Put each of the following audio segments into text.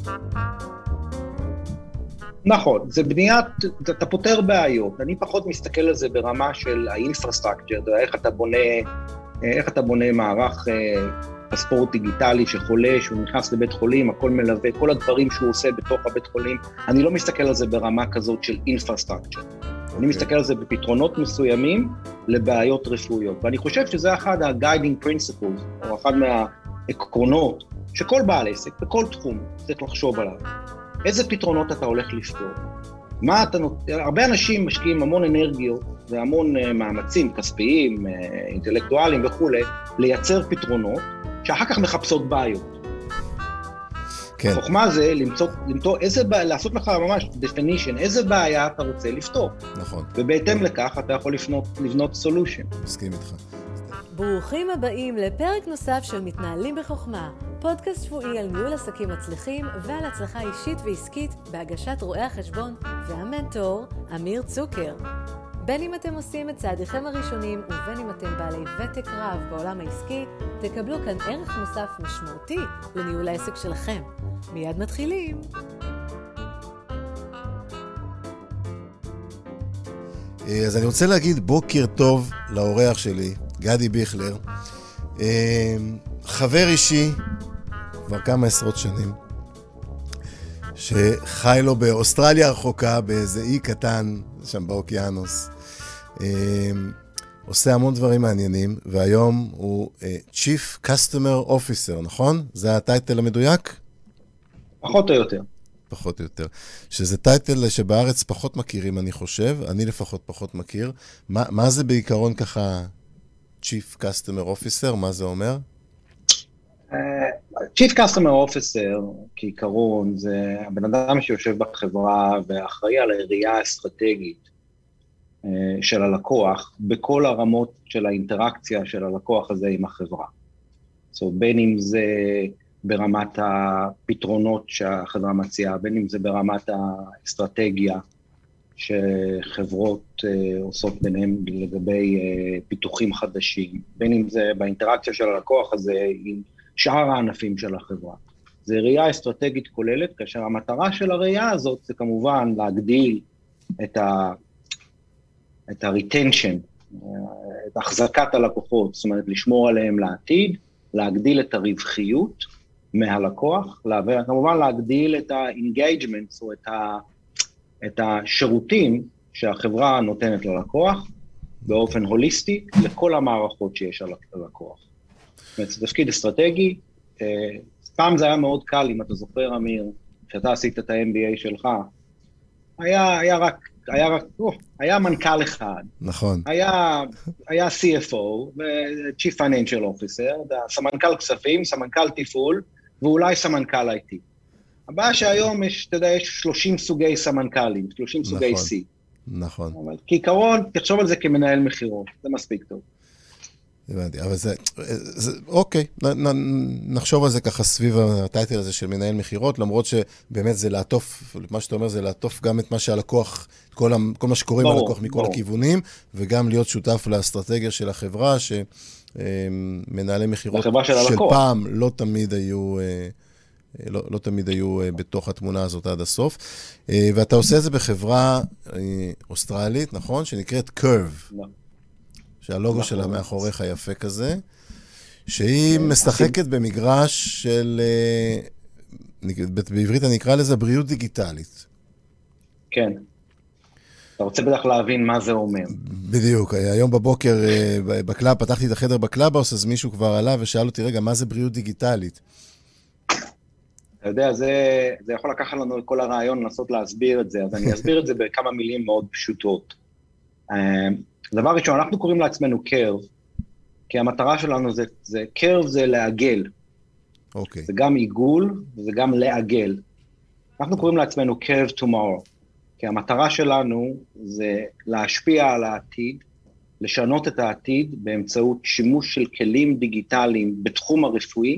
נכון, זה בניית, אתה פותר בעיות, אני פחות מסתכל על זה ברמה של האינפרסטרקצ'ר, איך אתה בונה מערך פספורט דיגיטלי שחולה, שהוא נכנס לבית חולים, הכל מלווה, כל הדברים שהוא עושה בתוך הבית חולים, אני לא מסתכל על זה ברמה כזאת של אינפרסטרקצ'ר, אני מסתכל על זה בפתרונות מסוימים לבעיות רפואיות, ואני חושב שזה אחד ה-guiding principles, או אחד מהעקרונות, שכל בעל עסק, בכל תחום, צריך לחשוב עליו. איזה פתרונות אתה הולך לפתור? הרבה אנשים משקיעים המון אנרגיות והמון מאמצים כספיים, אינטלקטואליים וכו', לייצר פתרונות שאחר כך מחפשות בעיות. כן. החוכמה זה למצוא לעשות לך ממש definition, איזה בעיה אתה רוצה לפתור. נכון. ובהתאם לכך אתה יכול לבנות solution. מסכים איתך. ברוכים הבאים לפרק נוסף של מתנהלים בחוכמה, פודקאסט שבועי על ניהול עסקים מצליחים ועל הצלחה אישית ועסקית בהגשת רואי החשבון והמנטור אמיר צוקר. בין אם אתם עושים את צעדיכם הראשונים ובין אם אתם בעלי ותק רב בעולם העסקי, תקבלו כאן ערך מוסף משמעותי לניהול העסק שלכם. מיד מתחילים. אז אני רוצה להגיד בוקר טוב לאורח שלי, גדי ביכלר, חבר אישי כבר כמה עשרות שנים, שחי לו באוסטרליה הרחוקה, באיזה אי קטן, שם באוקיינוס, עושה המון דברים מעניינים, והיום הוא Chief Customer Officer, נכון? זה הטייטל המדויק? פחות או יותר. פחות או יותר. שזה טייטל שבארץ פחות מכירים, אני חושב, אני לפחות פחות מכיר. מה זה בעיקרון ככה Chief Customer Officer? מה זה אומר? Chief Customer Officer, כעיקרון, זה הבן אדם שיושב בחברה ואחראי על הראייה האסטרטגית של הלקוח, בכל הרמות של האינטראקציה של הלקוח הזה עם החברה. בין אם זה ברמת הפתרונות שהחברה מציעה, בין אם זה ברמת האסטרטגיה שחברות עושות ביניהם לגבי פיתוחים חדשים, בין אם זה באינטראקציה של הלקוח הזה עם שאר הענפים של החברה. זה ראייה אסטרטגית כוללת, כאשר המטרה של הראייה הזאת זה כמובן להגדיל את ה-retention, את החזקת הלקוחות, זאת אומרת לשמור עליהם לעתיד, להגדיל את הרווחיות מהלקוח, כמובן להגדיל את ה-engagement, או את השירותים שהחברה נותנת ללקוח, באופן הוליסטי, לכל המערכות שיש על הלקוח. זאת אומרת, זה תפקיד אסטרטגי, פעם זה היה מאוד קל, אם אתה זוכר, אמיר, כשאתה עשית את ה-MBA שלך, היה מנכ"ל אחד. נכון. היה CFO, Chief Financial Officer, סמנכ"ל כספים, סמנכ"ל תפעול, ואולי סמנכ"ל IT. הבעיה שהיום יש, אתה יודע, יש 30 סוגי סמנכ"לים, 30 סוגי C. נכון. כעיקרון, תחשוב על זה כמנהל מחירות, זה מספיק טוב. הבנתי, אבל זה אוקיי, נחשוב על זה ככה סביב הטייטל הזה של מנהל מחירות, למרות שבאמת זה לעטוף, מה שאתה אומר זה לעטוף גם את מה שהלקוח, כל מה שקורה עם הלקוח מכל הכיוונים, וגם להיות שותף לאסטרטגיה של החברה, שמנהלי מחירות של פעם לא תמיד היו בתוך התמונה הזאת עד הסוף, ואתה עושה את זה בחברה אוסטרלית, נכון? שנקראת Curve. שהלוגו שלה מאחוריך יפה כזה, שהיא משחקת במגרש של, בעברית אני אקרא לזה בריאות דיגיטלית. כן. אתה רוצה בטח להבין מה זה אומר. בדיוק. היום בבוקר בקלאב, פתחתי את החדר בקלאבהאוס, אז מישהו כבר עלה ושאל אותי, רגע, מה זה בריאות דיגיטלית? אתה יודע, זה יכול לקחת לנו את כל הרעיון לנסות להסביר את זה, אז אני אסביר את זה בכמה מילים מאוד פשוטות. דבר ראשון, אנחנו קוראים לעצמנו curve, כי המטרה שלנו זה curve זה לעגל. אוקיי. זה גם עיגול, וזה גם לעגל. אנחנו קוראים לעצמנו curve tomorrow, כי המטרה שלנו זה להשפיע על העתיד, לשנות את העתיד באמצעות שימוש של כלים דיגיטליים בתחום הרפואי,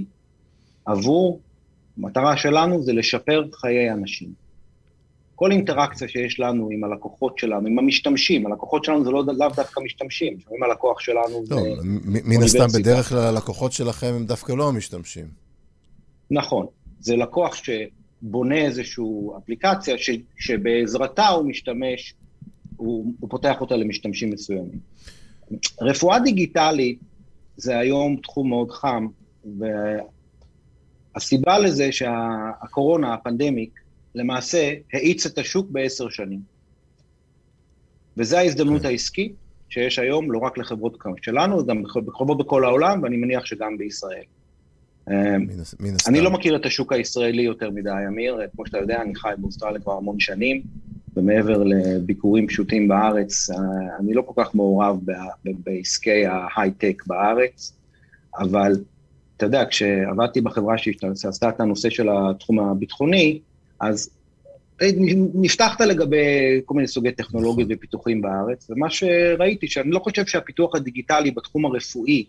המטרה שלנו זה לשפר חיי אנשים. כל אינטראקציה שיש לנו עם הלקוחות שלנו, עם המשתמשים, הלקוחות שלנו זה לאו דווקא משתמשים, עם הלקוח שלנו זה... מן הסתם בדרך כלל הלקוחות שלכם הם דווקא לא המשתמשים. נכון, זה לקוח בונה איזושהי אפליקציה שבעזרתה הוא משתמש, הוא פותח אותה למשתמשים מסוימים. רפואה דיגיטלית זה היום תחום מאוד חם, והסיבה לזה שהקורונה, הפנדמיק, למעשה האיץ את השוק ב10 שנים. וזו ההזדמנות העסקית שיש היום, לא רק לחברות שלנו, גם בחברות בכל העולם, ואני מניח שגם בישראל. אני לא מכיר את השוק הישראלי יותר מדי, אמיר, כמו שאתה יודע, אני חי באוסטרליה כבר המון שנים, ומעבר לביקורים פשוטים בארץ, אני לא כל כך מעורב בעסקי ההייטק בארץ, אבל אתה יודע, כשעבדתי בחברה שעשתה את הנושא של התחום הביטחוני, אז נפתחת לגבי כל מיני סוגי טכנולוגיות ופיתוחים בארץ, ומה שראיתי, שאני לא חושב שהפיתוח הדיגיטלי בתחום הרפואי,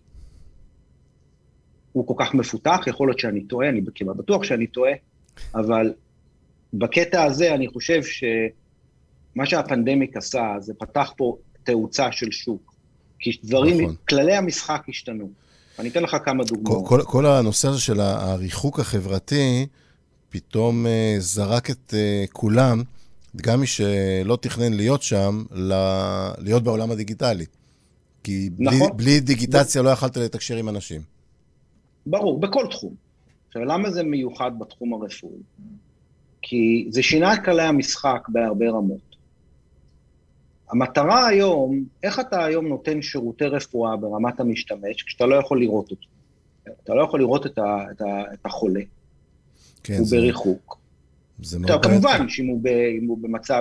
הוא כל כך מפותח, יכול להיות שאני טועה, אני כמעט בטוח שאני טועה, אבל בקטע הזה אני חושב שמה שהפנדמיק עשה, זה פתח פה תאוצה של שוק, כי דברים, כללי המשחק השתנו. אני אתן לך כמה דוגמאות. כל הנושא הזה של הריחוק החברתי, פתאום זרק את כולם, גם מי שלא תכנן להיות שם, להיות בעולם הדיגיטלי. כי בלי דיגיטציה לא יכלת לתקשר עם אנשים. ברור, בכל תחום. עכשיו, למה זה מיוחד בתחום הרפואי? כי זה שינה את כללי המשחק בהרבה רמות. המטרה היום, איך אתה היום נותן שירותי רפואה ברמת המשתמש, כשאתה לא יכול לראות אותו. אתה לא יכול לראות את החולה. כן, הוא בריחוק. כמובן, שאם הוא במצב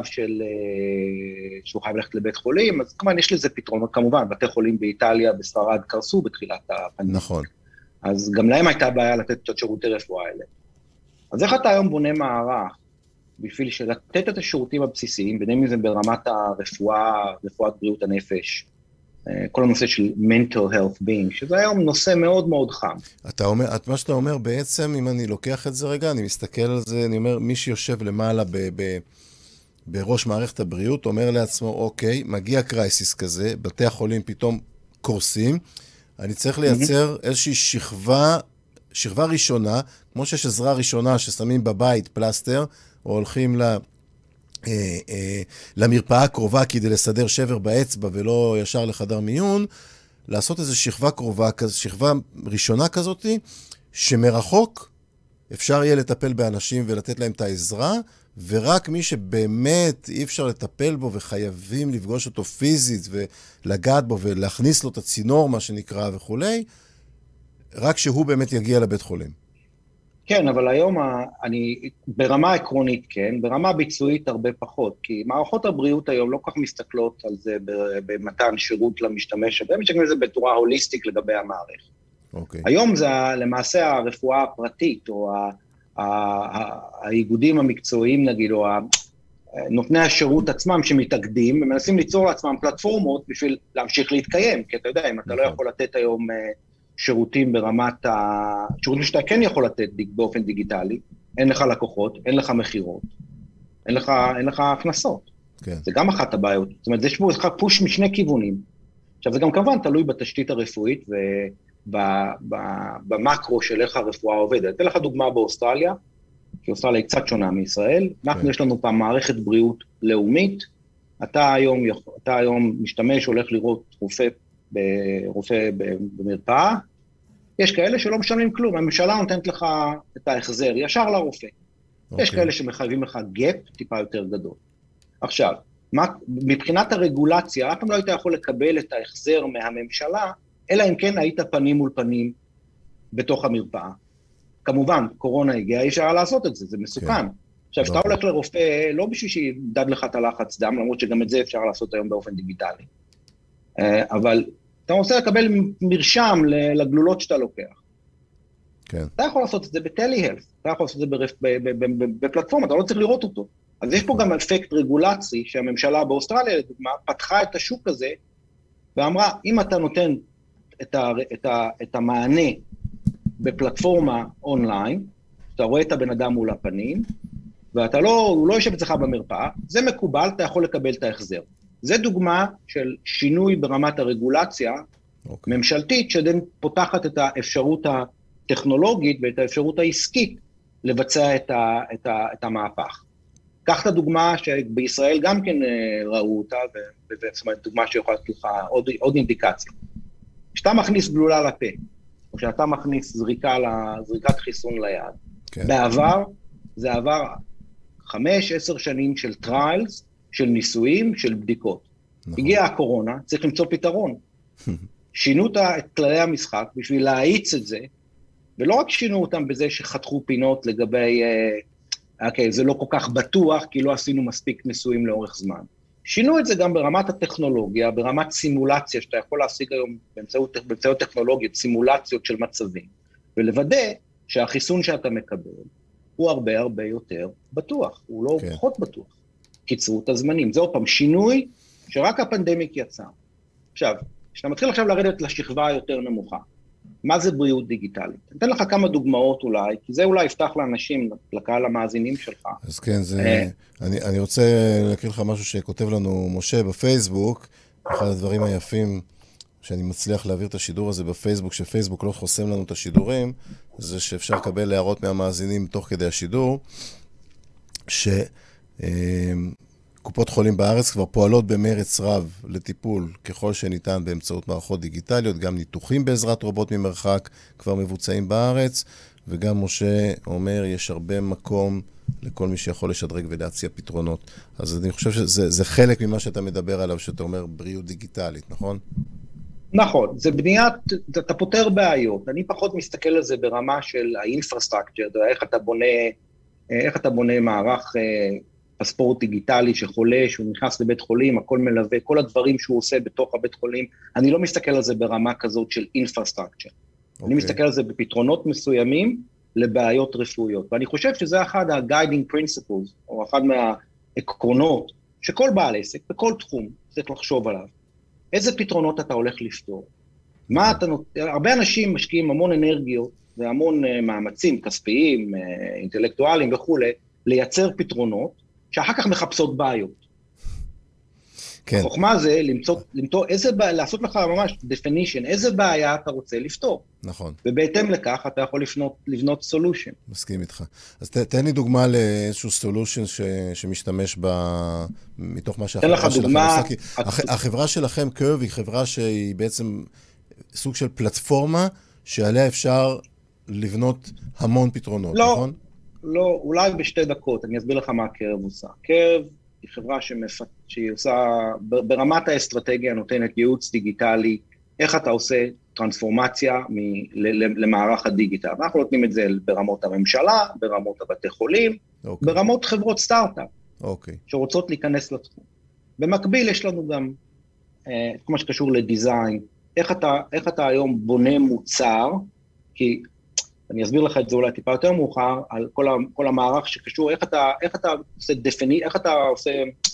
שהוא חייב ללכת לבית חולים, אז כמובן יש לזה פתרון, כמובן, בתי חולים באיטליה, בספרד, קרסו בתחילת הפנדמיה. נכון. אז גם להם הייתה בעיה לתת את שירותי רפואה האלה. אז איך אתה היום בונה מערך, בשביל לתת את השירותים הבסיסיים, ביניהם אם זה ברמת הרפואה, רפואת בריאות הנפש, כל הנושא של mental health being, שזה היום נושא מאוד מאוד חם. מה שאתה אומר בעצם, אם אני לוקח את זה רגע, אני מסתכל על זה, אני אומר, מי שיושב למעלה בראש מערכת הבריאות, אומר לעצמו, אוקיי, מגיע קרייסיס כזה, בתי החולים פתאום קורסים, אני צריך לייצר איזושהי שכבה ראשונה, כמו שיש עזרה ראשונה ששמים בבית פלסטר, או הולכים למרפאה הקרובה כדי לסדר שבר באצבע ולא ישר לחדר מיון, לעשות איזו שכבה קרובה, שכבה ראשונה כזאת, שמרחוק אפשר יהיה לטפל באנשים ולתת להם את העזרה, ורק מי שבאמת אי אפשר לטפל בו וחייבים לפגוש אותו פיזית ולגעת בו ולהכניס לו את הצינור, מה שנקרא וכו', רק שהוא באמת יגיע לבית חולים. כן, אבל היום ברמה עקרונית כן, ברמה ביצועית הרבה פחות, כי מערכות הבריאות היום לא כל כך מסתכלות על זה במתן שירות למשתמש, והם משתכלים לזה בצורה הוליסטית לגבי המערכת. אוקיי. היום זה למעשה הרפואה הפרטית, או האיגודים המקצועיים נגיד, או נותני השירות עצמם שמתאגדים, ומנסים ליצור לעצמם פלטפורמות בשביל להמשיך להתקיים, כי אתה יודע, אם אתה לא יכול לתת היום שירותים ברמת שירותים שאתה כן יכול לתת באופן דיגיטלי, אין לך לקוחות, אין לך מחירות, אין לך הכנסות. כן. זה גם אחת הבעיות. זאת אומרת, יש פה פוש משני כיוונים. עכשיו, זה גם כמובן תלוי בתשתית הרפואית ובמקרו של איך הרפואה עובדת. אתן לך דוגמה באוסטרליה, כי אוסטרליה היא קצת שונה מישראל. אנחנו יש לנו פעם מערכת בריאות לאומית, אתה היום משתמש, הולך לראות רופא במרפאה, יש כאלה שלא משלמים כלום, הממשלה נותנת לך את ההחזר ישר לרופא. יש כאלה שמחייבים לך גאפ טיפה יותר גדול. עכשיו, מבחינת הרגולציה, אתם לא היית יכול לקבל את ההחזר מהממשלה, אלא אם כן היית פנים מול פנים בתוך המרפאה. כמובן, קורונה הגיעה, אי אפשר לעשות את זה, זה מסוכן. עכשיו, שאתה הולך לרופא, לא בשביל שידד לך את הלחץ דם, למרות שגם את זה אפשר לעשות היום באופן דיגיטלי. אבל אתה רוצה לקבל מרשם לגלולות שאתה לוקח. כן. אתה יכול לעשות את זה בטלי-הלף, אתה יכול לעשות את זה בפלטפורמה, אתה לא צריך לראות אותו. אז יש פה גם אפקט רגולצי שהממשלה באוסטרליה, לדוגמה, פתחה את השוק הזה, ואמרה, אם אתה נותן את המענה בפלטפורמה אונליין, אתה רואה את הבן אדם מול הפנים, והוא לא יושב אצלך במרפאה, זה מקובל, אתה יכול לקבל את ההחזר. זה דוגמה של שינוי ברמת הרגולציה ממשלתית, שדן פותחת את האפשרות הטכנולוגית ואת האפשרות העסקית לבצע את המהפך. קח את הדוגמה שבישראל גם כן ראו אותה, זאת אומרת, דוגמה שיכולה לתת לך עוד אינדיקציה. כשאתה מכניס גלולה לפה, או כשאתה מכניס זריקת חיסון ליד, כן. בעבר, זה עבר 5-10 שנים של טריילס, של ניסויים, של בדיקות. נכון. הגיעה הקורונה, צריך למצוא פתרון. שינו את כללי המשחק בשביל להאיץ את זה, ולא רק שינו אותם בזה שחתכו פינות לגבי, זה לא כל כך בטוח, כי לא עשינו מספיק ניסויים לאורך זמן. שינו את זה גם ברמת הטכנולוגיה, ברמת סימולציה, שאתה יכול להשיג היום באמצעות טכנולוגיות, סימולציות של מצבים, ולוודא שהחיסון שאתה מקבל הוא הרבה הרבה יותר בטוח, הוא לא פחות בטוח. קיצרו את הזמנים. זה עוד פעם שינוי שרק הפנדמיק יצא. עכשיו, כשאתה מתחיל עכשיו לרדת לשכבה היותר נמוכה, מה זה בריאות דיגיטלית? אני אתן לך כמה דוגמאות אולי, כי זה אולי יפתח לאנשים, לקהל המאזינים שלך. אז כן, אני רוצה להקריא לך משהו שכותב לנו משה בפייסבוק, אחד הדברים היפים שאני מצליח להעביר את השידור הזה בפייסבוק, שפייסבוק לא חוסם לנו את השידורים, זה שאפשר לקבל הערות מהמאזינים תוך כדי השידור, קופות חולים בארץ כבר פועלות במרץ רב לטיפול ככל שניתן באמצעות מערכות דיגיטליות, גם ניתוחים בעזרת רובוט ממרחק כבר מבוצעים בארץ, וגם משה אומר יש הרבה מקום לכל מי שיכול לשדרג ולהציע פתרונות. אז אני חושב שזה חלק ממה שאתה מדבר עליו, שאתה אומר בריאות דיגיטלית, נכון? נכון, זה בניית, אתה פותר בעיות, אני פחות מסתכל על זה ברמה של האינפרסטרקצ'ר, איך אתה בונה מערך פספורט דיגיטלי שחולה, שהוא נכנס לבית חולים, הכל מלווה, כל הדברים שהוא עושה בתוך הבית חולים, אני לא מסתכל על זה ברמה כזאת של אינפרסטרקצ'ר. אני מסתכל על זה בפתרונות מסוימים לבעיות רפואיות, ואני חושב שזה אחד ה-guiding principles, או אחד מהעקרונות, שכל בעל עסק, בכל תחום, צריך לחשוב עליו. איזה פתרונות אתה הולך לפתור? הרבה אנשים משקיעים המון אנרגיות, והמון מאמצים כספיים, אינטלקטואליים וכו', לייצר פתרונות, שאחר כך מחפשות בעיות. כן. החוכמה זה למצוא לעשות לך ממש definition, איזה בעיה אתה רוצה לפתור. נכון. ובהתאם לכך אתה יכול לבנות solution. מסכים איתך. אז תן לי דוגמה לאיזשהו solution שמשתמש מתוך מה שהחברה שלכם עושה. החברה שלכם, קרב, היא חברה שהיא בעצם סוג של פלטפורמה, שעליה אפשר לבנות המון פתרונות, נכון? לא, אולי בשתי דקות, אני אסביר לך מה קרב עושה. קרב היא חברה שהיא עושה, ברמת האסטרטגיה נותנת ייעוץ דיגיטלי, איך אתה עושה טרנספורמציה למערך הדיגיטל. אנחנו נותנים את זה ברמות הממשלה, ברמות הבתי חולים, ברמות חברות סטארט-אפ, שרוצות להיכנס לתחום. במקביל יש לנו גם, כל מה שקשור לדיזיין, איך אתה היום בונה מוצר, כי אני אסביר לך את זה אולי טיפה יותר מאוחר, על כל המערך שקשור, איך אתה עושה,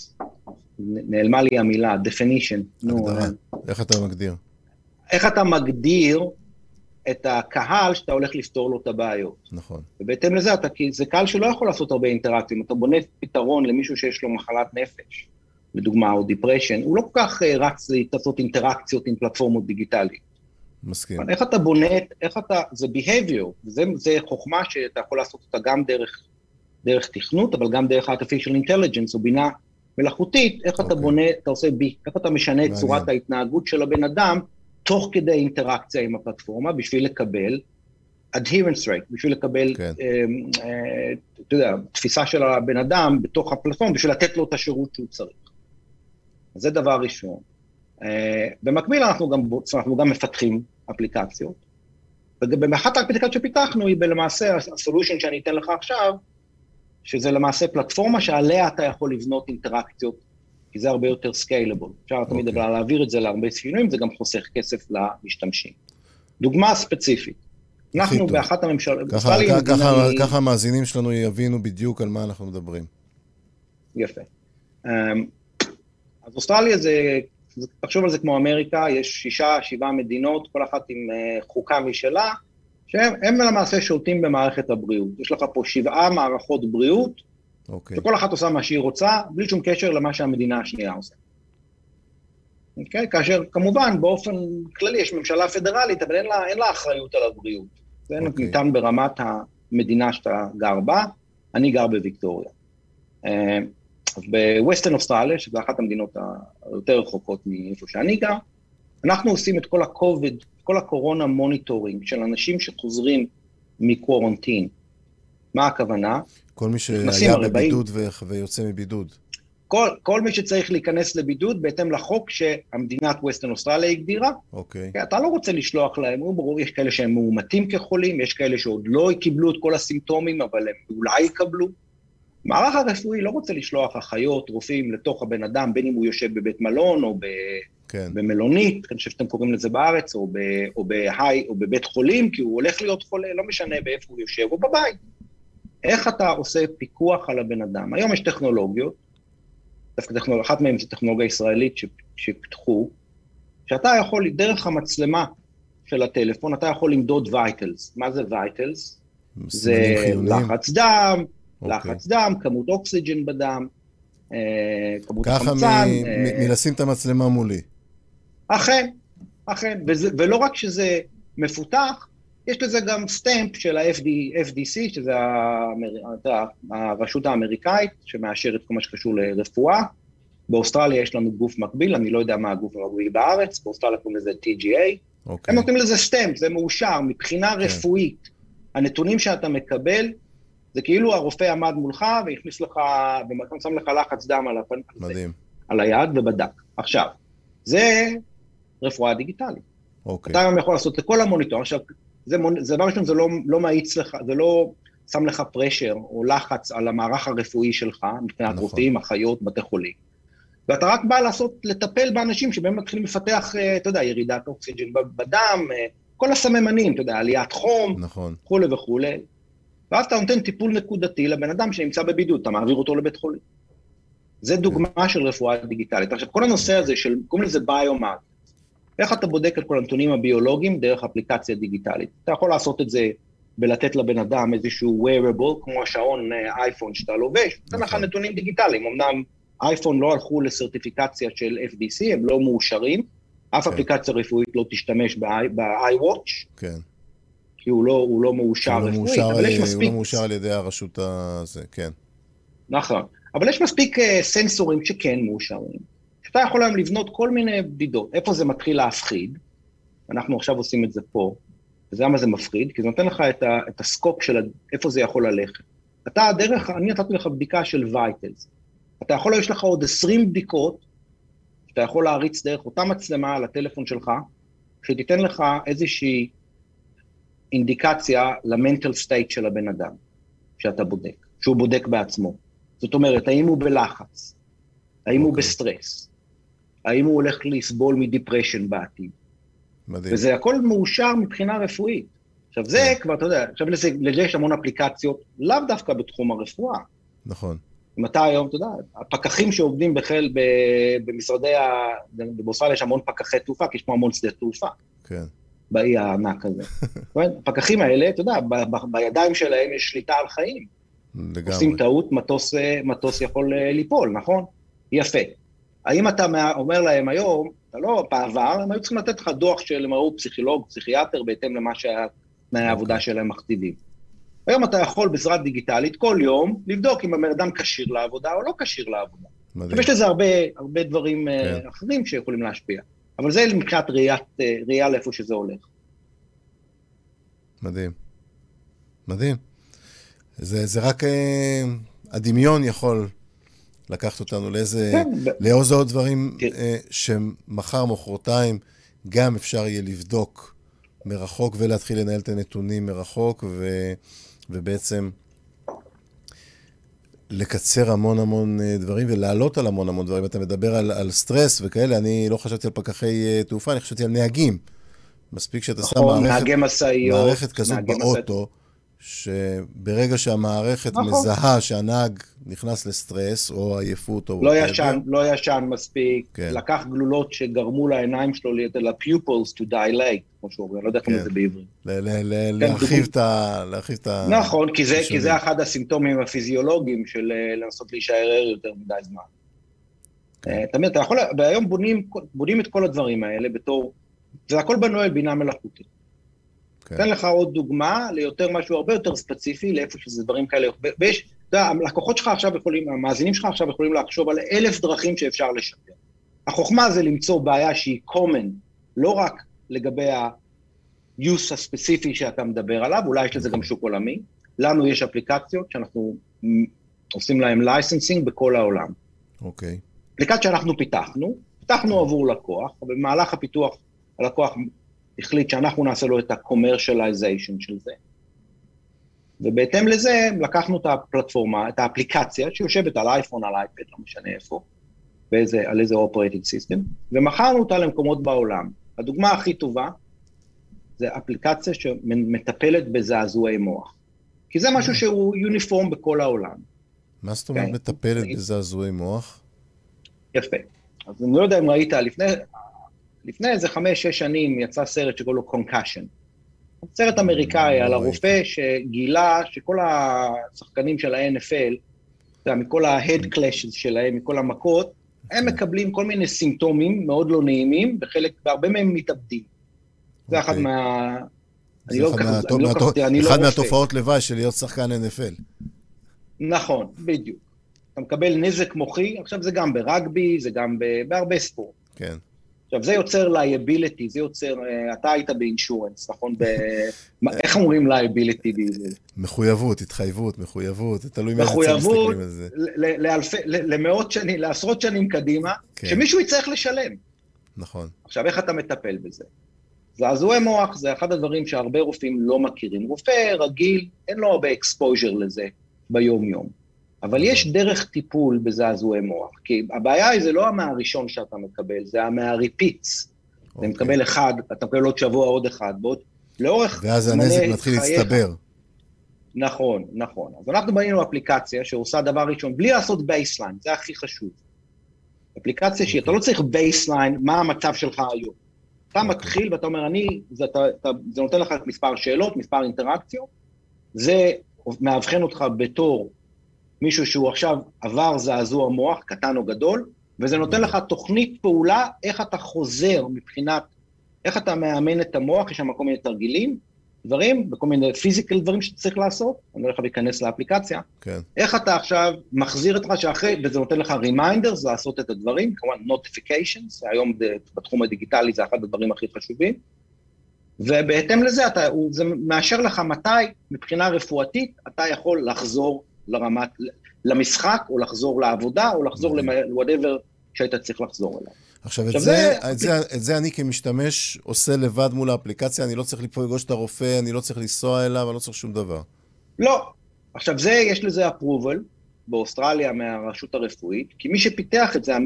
נעלמה לי המילה, definition. איך אתה מגדיר? איך אתה מגדיר את הקהל שאתה הולך לפתור לו את הבעיות. נכון. ובהתאם לזה, כי זה קהל שלא יכול לעשות הרבה אינטראקציות, אתה בונה פתרון למישהו שיש לו מחלת נפש, לדוגמה, או דיפרשן, הוא לא כל כך רץ לעשות אינטראקציות עם פלטפורמות דיגיטליות. מסכים. איך אתה בונה, זה behavior, זה חוכמה שאתה יכול לעשות אותה גם דרך תכנות, אבל גם דרך artificial intelligence, או בינה מלאכותית, איך אתה בונה, איך אתה משנה את צורת ההתנהגות של הבן אדם, תוך כדי אינטראקציה עם הפלטפורמה, בשביל לקבל adherence rate, בשביל לקבל, אתה יודע, תפיסה של הבן אדם בתוך הפלטפורמה, בשביל לתת לו את השירות שהוא צריך. אז זה דבר ראשון. במקביל אנחנו גם מפתחים אפליקציות, ובאחת האפליקציות שפיתחנו היא למעשה הסולושן שאני אתן לך עכשיו, שזה למעשה פלטפורמה שעליה אתה יכול לבנות אינטראקציות, כי זה הרבה יותר סקיילבל. אפשר תמיד להעביר את זה להרבה שינויים, זה גם חוסך כסף למשתמשים. דוגמה ספציפית. אנחנו באחת הממשלות... ככה המאזינים שלנו יבינו בדיוק על מה אנחנו מדברים. יפה. אז אוסטרליה זה... תחשוב על זה כמו אמריקה, יש 6-7 מדינות, כל אחת עם חוקה משלה, שהם למעשה שולטים במערכת הבריאות. יש לך פה 7 מערכות בריאות, וכל אחת עושה מה שהיא רוצה, בלי שום קשר למה שהמדינה השנייה עושה. כאשר כמובן באופן כללי יש ממשלה פדרלית, אבל אין לה אחריות על הבריאות. זה ניתן ברמת המדינה שאתה גר בה, אני גר בוויקטוריה. אז בווסטרן אוסטרליה, שזו אחת המדינות היותר רחוקות מאיפה שאני גר, אנחנו עושים את כל הקוביד, כל הקורונה מוניטורינג של אנשים שחוזרים מקוורנטין. מה הכוונה? כל מי שהיה בבידוד ויוצא מבידוד. כל מי שצריך להיכנס לבידוד בהתאם לחוק שהמדינת ווסטרן אוסטרליה הגדירה. אוקיי. אתה לא רוצה לשלוח להם, יש כאלה שהם מאומתים כחולים, יש כאלה שעוד לא קיבלו את כל הסימפטומים, אבל הם אולי יקבלו. מערך הרפואי לא רוצה לשלוח אחיות, רופאים לתוך הבן אדם, בין אם הוא יושב בבית מלון או במלונית, אני חושב שאתם קוראים לזה בארץ, או בבית חולים, כי הוא הולך להיות חולה, לא משנה באיפה הוא יושב, או בבית. איך אתה עושה פיקוח על הבן אדם? היום יש טכנולוגיות, דווקא אחת מהן זה טכנולוגיה ישראלית שפתחו, שאתה יכול, דרך המצלמה של הטלפון, אתה יכול למדוד וייטלס. מה זה וייטלס? זה לחץ דם, כמות אוקסיג'ן בדם, כמות החמצן. ככה מלשים את המצלמה מולי. אכן. ולא רק שזה מפותח, יש לזה גם סטמפ של ה-FDC, שזה הרשות האמריקאית, שמאשרת כל מה שקשור לרפואה. באוסטרליה יש לנו גוף מקביל, אני לא יודע מה הגוף המקביל בארץ, באוסטרליה קוראים לזה TGA. הם נותנים לזה סטמפ, זה מאושר, מבחינה רפואית. הנתונים שאתה מקבל, זה כאילו הרופא עמד מולך, והכניס לך, שם לך לחץ דם על היד ובדק. עכשיו, זה רפואה דיגיטלית. אתה גם יכול לעשות לכל המוניטור. עכשיו, זה דבר ראשון, זה לא מאיץ לך, זה לא שם לך פרשר או לחץ על המערך הרפואי שלך, מבחינת רופאים, אחיות, בתי חולים. ואתה רק בא לטפל באנשים שבהם מתחילים לפתח, אתה יודע, ירידת אוקסיג'ן בדם, כל הסממנים, אתה יודע, עליית חום, וכו' וכו'. ואז אתה נותן טיפול נקודתי לבן אדם שנמצא בבידוד, אתה מעביר אותו לבית חולים. זה דוגמה של רפואה דיגיטלית. עכשיו, כל הנושא הזה של, קוראים לזה ביומט, איך אתה בודק את כל הנתונים הביולוגיים דרך אפליקציה דיגיטלית? אתה יכול לעשות את זה בלתת לבן אדם איזשהו wearable, כמו השעון אייפון שאתה לובש, זה לך נתונים דיגיטליים. אמנם אייפון לא הלכו לסרטיפיקציה של FDC, הם לא מאושרים, אף אפליקציה רפואית לא תשתמש ב-iWatch, כי הוא לא מאושר רפואית, אבל יש מספיק... הוא לא מאושר על ידי הרשות הזה, כן. נכון, אבל יש מספיק סנסורים שכן מאושרים. שאתה יכול היום לבנות כל מיני בדידות, איפה זה מתחיל להפחיד, אנחנו עכשיו עושים את זה פה, וזה למה זה מפחיד, כי זה נותן לך את הסקופ של איפה זה יכול ללכת. אני נתתי לך בדיקה של וייטלס, אתה יכול, יש לך עוד 20 בדיקות, שאתה יכול להריץ דרך אותה מצלמה על הטלפון שלך, שתיתן לך איזושהי אינדיקציה למנטל סטייט של הבן אדם, שאתה בודק, שהוא בודק בעצמו. זאת אומרת, האם הוא בלחץ, האם הוא בסטרס, האם הוא הולך לסבול מדיפרשן בעתיד. מדהים. וזה הכל מאושר מבחינה רפואית. עכשיו זה כבר, אתה יודע, עכשיו לזה יש המון אפליקציות, לאו דווקא בתחום הרפואה. נכון. אם אתה היום, אתה יודע, הפקחים שעובדים במשרדי, באוסטרליה יש המון פקחי תעופה, כי יש פה המון שדה תעופה. כן. באי הענק הזה. הפקחים האלה, אתה יודע, בידיים שלהם יש שליטה על חיים. לגמרי. עושים טעות, מטוס יכול ליפול, נכון? יפה. האם אתה אומר להם היום, אתה לא בעבר, הם היו צריכים לתת לך דוח של מראו פסיכולוג, פסיכיאטר, בהתאם למה שהתנאי העבודה שלהם מכתיבים. היום אתה יכול בעזרה דיגיטלית כל יום לבדוק אם הבן אדם כשיר לעבודה או לא כשיר לעבודה. יש לזה הרבה דברים אחרים שיכולים להשפיע. אבל זה מבחינת ראייה לאיפה שזה הולך. מדהים. מדהים. זה רק הדמיון יכול לקחת אותנו לאיזה עוד דברים שמחר, מחרתיים, גם אפשר יהיה לבדוק מרחוק ולהתחיל לנהל את הנתונים מרחוק, ובעצם לקצר המון דברים ולעלות על המון דברים. אתה מדבר על סטרס וכאלה, אני לא חשבתי על פקחי תעופה, אני חשבתי על נהגים. מספיק שאתה שם מערכת כזאת באוטו, שברגע שהמערכת מזהה שהנהג נכנס לסטרס או עייפות או... לא ישן מספיק, לקח גלולות שגרמו לעיניים שלו, ל-pupils to dilate, כמו שאומרים, לא יודע כמה זה בעברית. להרחיב את ה... נכון, כי זה אחד הסימפטומים הפיזיולוגיים של לנסות להישאר ער יותר מדי זמן. תמיד, אתה יכול, והיום בונים את כל הדברים האלה בתור, זה הכל בנוי על בינה מלאכותית. אתן לך עוד דוגמה ליותר משהו הרבה יותר ספציפי, לאיפה שזה דברים כאלה, ויש, אתה יודע, הלקוחות שלך עכשיו יכולים, המאזינים שלך עכשיו יכולים לחשוב על 1,000 דרכים שאפשר לשפר. החוכמה זה למצוא בעיה שהיא common, לא רק לגבי ה-use הספציפי שאתה מדבר עליו, אולי יש לזה גם שוק עולמי, לנו יש אפליקציות שאנחנו עושים להם לייסנסינג בכל העולם. אוקיי. אפליקציה שאנחנו פיתחנו עבור לקוח, ובמהלך הפיתוח הלקוח החליט שאנחנו נעשה לו את ה-commercialization של זה. ובהתאם לזה לקחנו את הפלטפורמה, את האפליקציה שיושבת על אייפון, על אייפד, לא משנה איפה, על איזה operating system, ומכרנו אותה למקומות בעולם. הדוגמה הכי טובה זה אפליקציה שמטפלת בזעזועי מוח. כי זה משהו שהוא יוניפורם בכל העולם. מה זאת אומרת מטפלת בזעזועי מוח? יפה. אז אני לא יודע אם ראית, לפני איזה 5-6 שנים יצא סרט שקוראים לו Concussion. סרט אמריקאי על הרופא שגילה שכל השחקנים של ה-NFL, מכל ה-head clashes שלהם, מכל המכות, הם מקבלים כל מיני סימפטומים מאוד לא נעימים, והרבה מהם מתאבדים. זה אחד אחד מהתופעות לוואי של להיות שחקן NFL. נכון, בדיוק. אתה מקבל נזק מוחי, עכשיו זה גם ברגבי, זה גם בהרבה ספורט. כן. עכשיו זה יוצר liability, זה יוצר, אתה היית באינשורנס, נכון? איך אומרים liability? מחויבות, התחייבות, מחויבות, תלוי מאיזה צד מסתכלים על זה. למאות שנים, לעשרות שנים קדימה, שמישהו יצטרך לשלם. נכון. עכשיו איך אתה מטפל בזה? זעזועי מוח זה אחד הדברים שהרבה רופאים לא מכירים. רופא רגיל, אין לו הרבה exposure לזה ביום יום. אבל יש דרך טיפול בזעזועי מוח, כי הבעיה היא זה לא מהראשון שאתה מקבל, זה מהריפיץ. אתה מקבל אחד, אתה מקבל עוד שבוע עוד אחד, לאורך ואז הנזק מתחיל להצטבר. נכון, נכון. אז אנחנו בנינו אפליקציה שעושה דבר ראשון, בלי לעשות בייסליין, זה הכי חשוב. אפליקציה שאתה לא צריך בייסליין, מה המצב שלך היום. אתה מתחיל ואתה אומר, זה נותן לך מספר שאלות, מספר אינטראקציות, זה מאבחן אותך בתור מישהו שהוא עכשיו עבר זעזוע מוח, קטן או גדול, וזה נותן לך תוכנית פעולה, איך אתה חוזר מבחינת, איך אתה מאמן את המוח, יש שם כל מיני תרגילים, דברים, וכל מיני פיזיקל דברים שצריך לעשות, אני הולך להיכנס לאפליקציה, כן. איך אתה עכשיו מחזיר את לך שאחרי, וזה נותן לך רימיינדרס לעשות את הדברים, כמובן notifications, היום בתחום הדיגיטלי זה אחד הדברים הכי חשובים, ובהתאם לזה זה מאשר לך מתי, מבחינה רפואתית, אתה יכול לחזור למשחק, או לחזור לעבודה, או לחזור ל-whatever שהיית צריך לחזור אליו. עכשיו, את זה אני כמשתמש עושה לבד מול האפליקציה, אני לא צריך לפגוש את הרופא, אני לא צריך לנסוע אליו, אני לא צריך שום דבר. לא. עכשיו, יש לזה approval באוסטרליה מהרשות הרפואית, כי מי שפיתח את זה,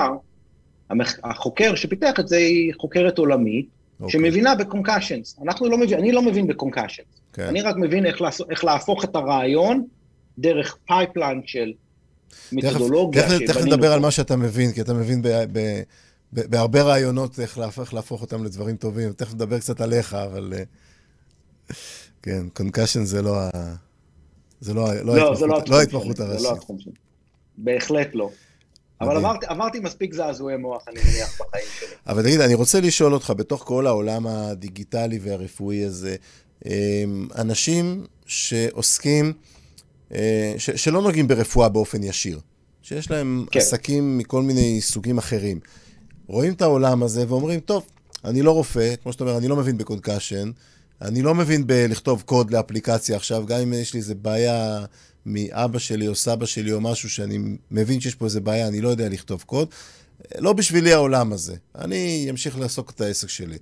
החוקר שפיתח את זה היא חוקרת עולמית, שמבינה בקונקשנס. אני לא מבין בקונקשנס. אני רק מבין איך להפוך את הרעיון, דרך פייפליין של מתודולוגיה. תכף נדבר על מה שאתה מבין, כי אתה מבין בהרבה רעיונות איך להפוך אותם לדברים טובים. תכף נדבר קצת עליך, אבל כן, קונקשן זה לא ההתמחות הראשית. זה לא התחום שלי. בהחלט לא. אבל עברתי מספיק זעזועי מוח, אני מניח בחיים שלי. אבל תגיד, אני רוצה לשאול אותך, בתוך כל העולם הדיגיטלי והרפואי הזה, אנשים שעוסקים, שלא נוגעים ברפואה באופן ישיר, שיש להם עסקים מכל מיני סוגים אחרים, רואים את העולם הזה ואומרים, טוב, אני לא רופא, כמו שאתה אומר, אני לא מבין בקונקשן, אני לא מבין בלכתוב קוד לאפליקציה עכשיו, גם אם יש לי איזה בעיה מאבא שלי או סבא שלי או משהו שאני מבין שיש פה איזה בעיה, אני לא יודע לכתוב קוד, לא בשבילי העולם הזה, אני אמשיך לעסוק את העסק שלי.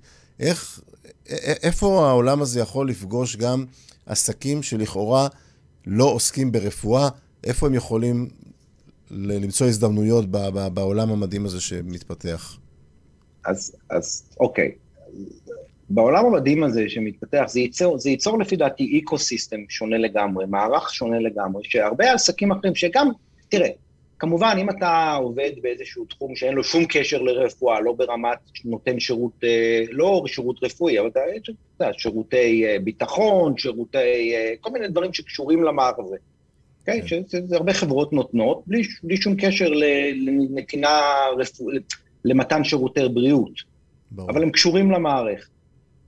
איפה העולם הזה יכול לפגוש גם עסקים שלכאורה לא עוסקים ברפואה, איפה הם יכולים למצוא הזדמנויות בעולם המדהים הזה שמתפתח? אז אוקיי. בעולם המדהים הזה שמתפתח, זה ייצור לפי דעתי אקוסיסטם שונה לגמרי, מערך שונה לגמרי, שהרבה עסקים אחרים שגם, תראה, כמובן אם אתה עובד באיזשהו תחום שאין לו שום קשר לרפואה, לא ברמת נותן שירות, לא שירות רפואי, אבל שירותי ביטחון, כל מיני דברים שקשורים למערך הזה. זה הרבה חברות נותנות, בלי שום קשר לנתינה למתן שירותי בריאות, אבל הם קשורים למערך.